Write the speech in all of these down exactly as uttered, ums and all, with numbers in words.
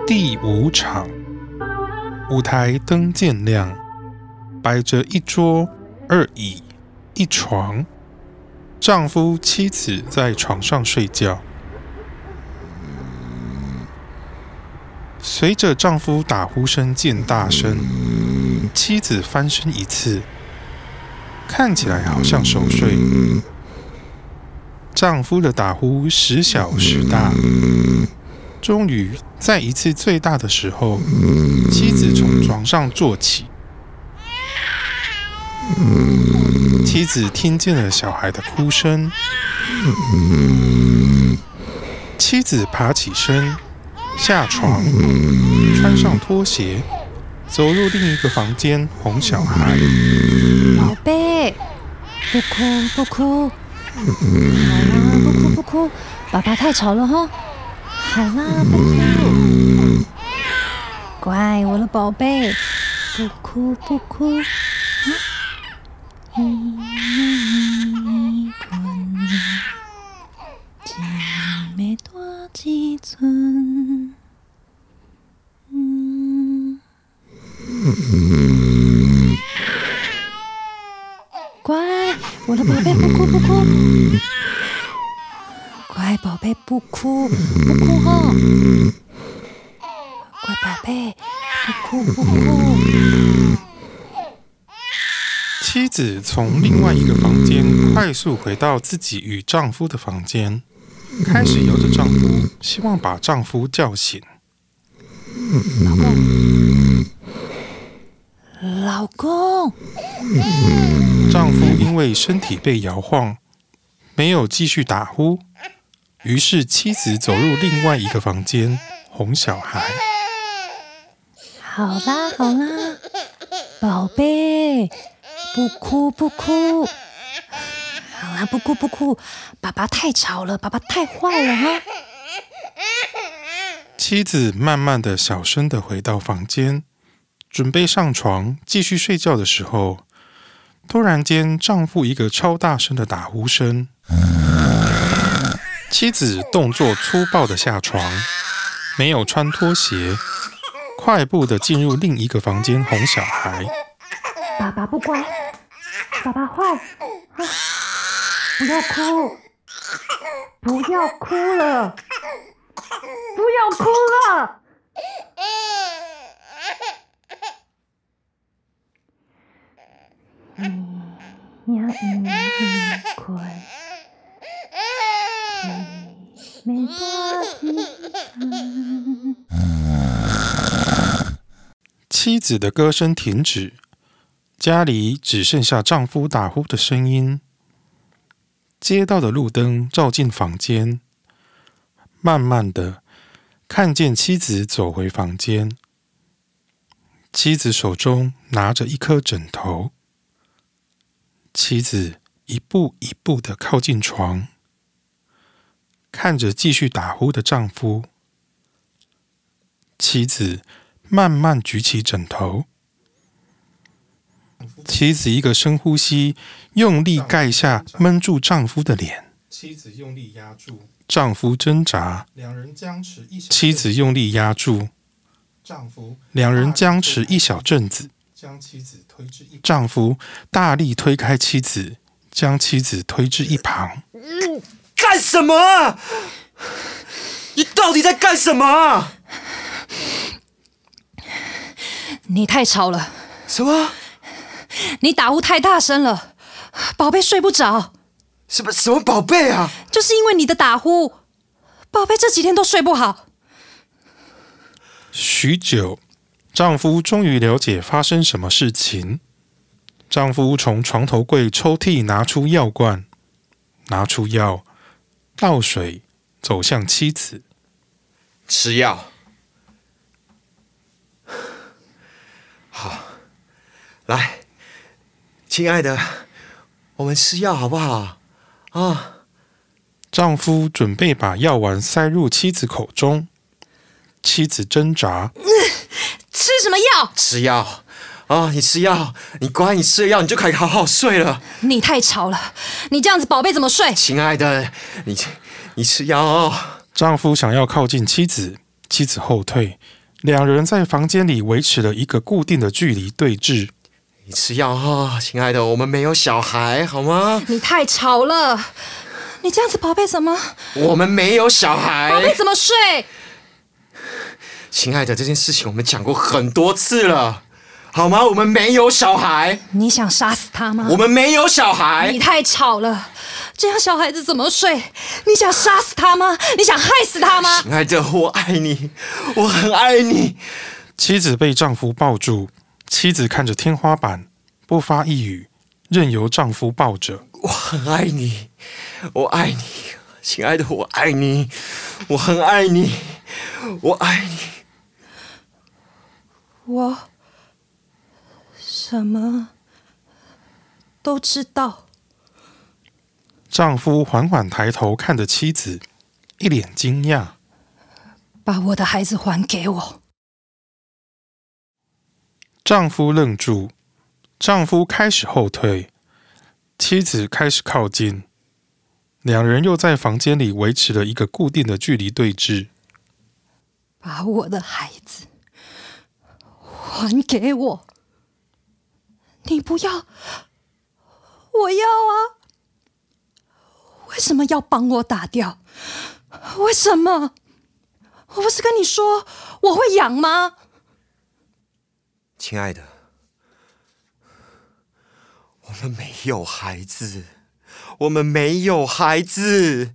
第五场，舞台灯渐亮，摆着一桌、二椅、一床，丈夫妻子在床上睡觉。随着丈夫打呼声渐大声，妻子翻身一次，看起来好像熟睡。丈夫的打呼时小时大，终于在一次最大的时候，妻子从床上坐起。妻子听见了小孩的哭声，妻子爬起身，下床，穿上拖鞋，走入另一个房间哄小孩。 宝贝，不哭不哭，好啦，不哭不哭，爸爸太吵了哈。好啦，不哭，乖，我的宝贝，不哭不哭。一困只要大一寸。嗯，乖，我的宝贝，不哭不哭。乖宝贝，不哭不哭哈！乖宝贝，不哭不哭。 妻子从另外一个房间快速回到自己与丈夫的房间，开始摇着丈夫，希望把丈夫叫醒。 老公，老公， 丈夫因为身体被摇晃，没有继续打呼。于是妻子走入另外一个房间哄小孩。 好啦好啦，宝贝，不哭不哭。好啦，不哭不哭，爸爸太吵了，爸爸太坏了哈。 妻子慢慢的、小声的回到房间，准备上床继续睡觉的时候，突然间，丈夫一个超大声的打呼声。妻子动作粗暴的下床，没有穿拖鞋，快步的进入另一个房间哄小孩。 爸爸不乖，爸爸坏，啊，不要哭，不要哭了，不要哭了。嗯，呀嗯嗯，快。 妻子的歌声停止，家里只剩下丈夫打呼的声音。街道的路灯照进房间，慢慢的看见妻子走回房间。妻子手中拿着一颗枕头，妻子一步一步的靠近床，看着继续打呼的丈夫。妻子慢慢举起枕头，妻子一个深呼吸，用力盖下闷住丈夫的脸。妻子用力压住，丈夫挣扎。两人僵持一小妻子用力压住，丈夫两人僵持一小阵子，将妻子推至一丈夫大力推开妻子，将妻子推至一旁。 嗯，干什么啊？你到底在干什么啊？ 你太吵了。 什么？ 你打呼太大声了，宝贝睡不着。 什么什么宝贝啊？ 就是因为你的打呼，宝贝这几天都睡不好。 许久，丈夫终于了解发生什么事情。丈夫从床头柜抽屉拿出药罐，拿出药，倒水，走向妻子。 吃药。好，来，亲爱的，我们吃药好不好？啊！ 丈夫准备把药丸塞入妻子口中，妻子挣扎。 嗯、吃什么药？ 吃药啊！你吃药，你乖，你吃了药，你就可以好好睡了。 你太吵了，你这样子宝贝怎么睡？ 亲爱的，你你吃药哦。 丈夫想要靠近妻子，妻子后退， 两人在房间里维持了一个固定的距离对峙。 你吃药哈，亲爱的，我们没有小孩，好吗？ 你太吵了，你这样子，宝贝怎么？ 我们没有小孩， 宝贝怎么睡？ 亲爱的，这件事情我们讲过很多次了，好吗？我们没有小孩。 你想杀死他吗？ 我们没有小孩。 你太吵了，这样小孩子怎么睡？你想杀死他吗？你想害死他吗？ 亲爱的，我爱你，我很爱你。 妻子被丈夫抱住，妻子看着天花板，不发一语，任由丈夫抱着。 我很爱你，我爱你，亲爱的，我爱你，我很爱你，我爱你。 我什么都知道。 丈夫缓缓抬头看着妻子，一脸惊讶。 把我的孩子还给我。 丈夫愣住，丈夫开始后退，妻子开始靠近，两人又在房间里维持了一个固定的距离对峙。 把我的孩子还给我。你不要，我要啊！为什么要帮我打掉？为什么？我不是跟你说我会养吗？ 亲爱的，我们没有孩子，我们没有孩子。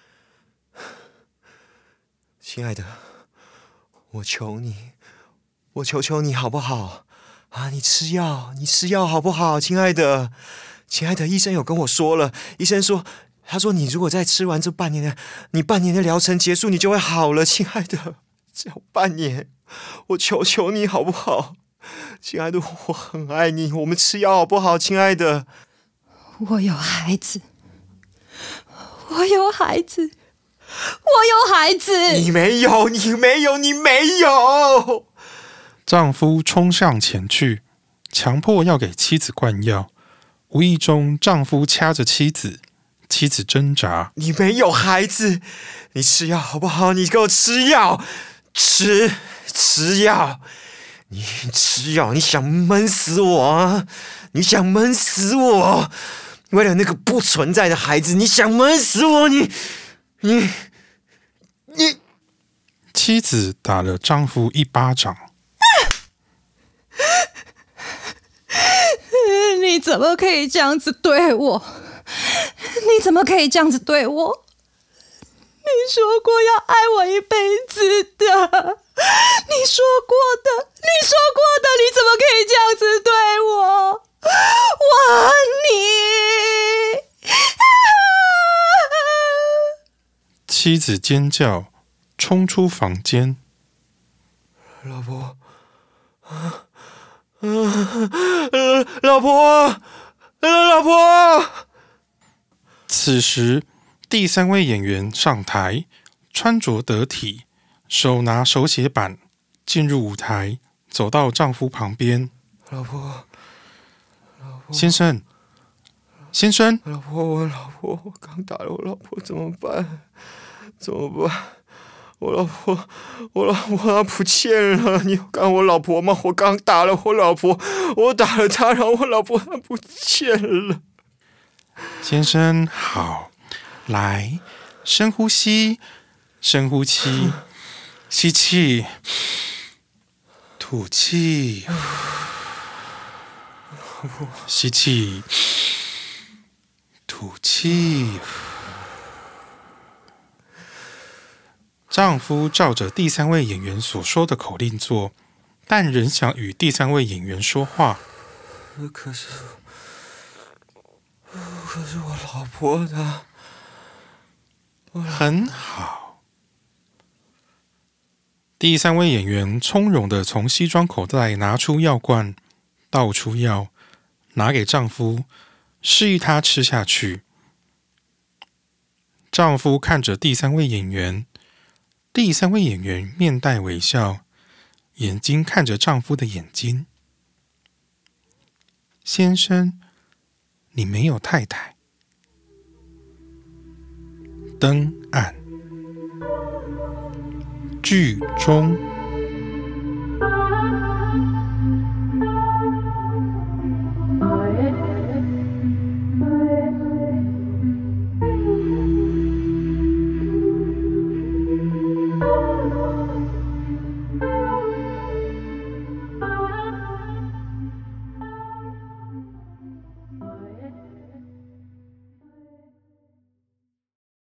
亲爱的，我求你，我求求你好不好？啊，你吃药，你吃药好不好？亲爱的，亲爱的，医生有跟我说了，医生说，他说你如果再吃完这半年的，你半年的疗程结束，你就会好了。亲爱的，只有半年，我求求你好不好？亲爱的，我很爱你，我们吃药好不好？亲爱的， 我有孩子，我有孩子，我有孩子。 你没有，你没有，你没有。 丈夫冲上前去，强迫要给妻子灌药，无意中丈夫掐着妻子，妻子挣扎。 你没有孩子，你吃药好不好？你给我吃药，吃吃药，你吃药，你想闷死我啊？你想闷死我？为了那个不存在的孩子，你想闷死我？你你你！ 妻子打了丈夫一巴掌。 你怎么可以这样子对我？你怎么可以这样子对我？你说过要爱我一辈子的，你说过的，你说过的，你怎么可以这样子对我？我恨你！ 妻子尖叫，冲出房间。 老婆，啊呃，老婆，呃，老婆。 此时，第三位演员上台，穿着得体，手拿手写板，进入舞台，走到丈夫旁边。 老婆，老婆， 先生，先生， 老婆，我老婆，我刚打了我老婆，怎么办？怎么办？我老婆，我老婆她不见了！你有看我老婆吗？我刚打了我老婆，我打了她，然后我老婆她不见了。 先生，好，来，深呼吸，深呼吸，吸气，吐气，吸气，吐气。丈夫照着第三位演员所说的口令做，但仍想与第三位演员说话。 可是，可是我老婆她…… 很好。第三位演员从容地从西装口袋拿出药罐，倒出药，拿给丈夫，示意他吃下去。丈夫看着第三位演员。第三位演员面带微笑，眼睛看着丈夫的眼睛。先生，你没有太太。灯暗，剧终。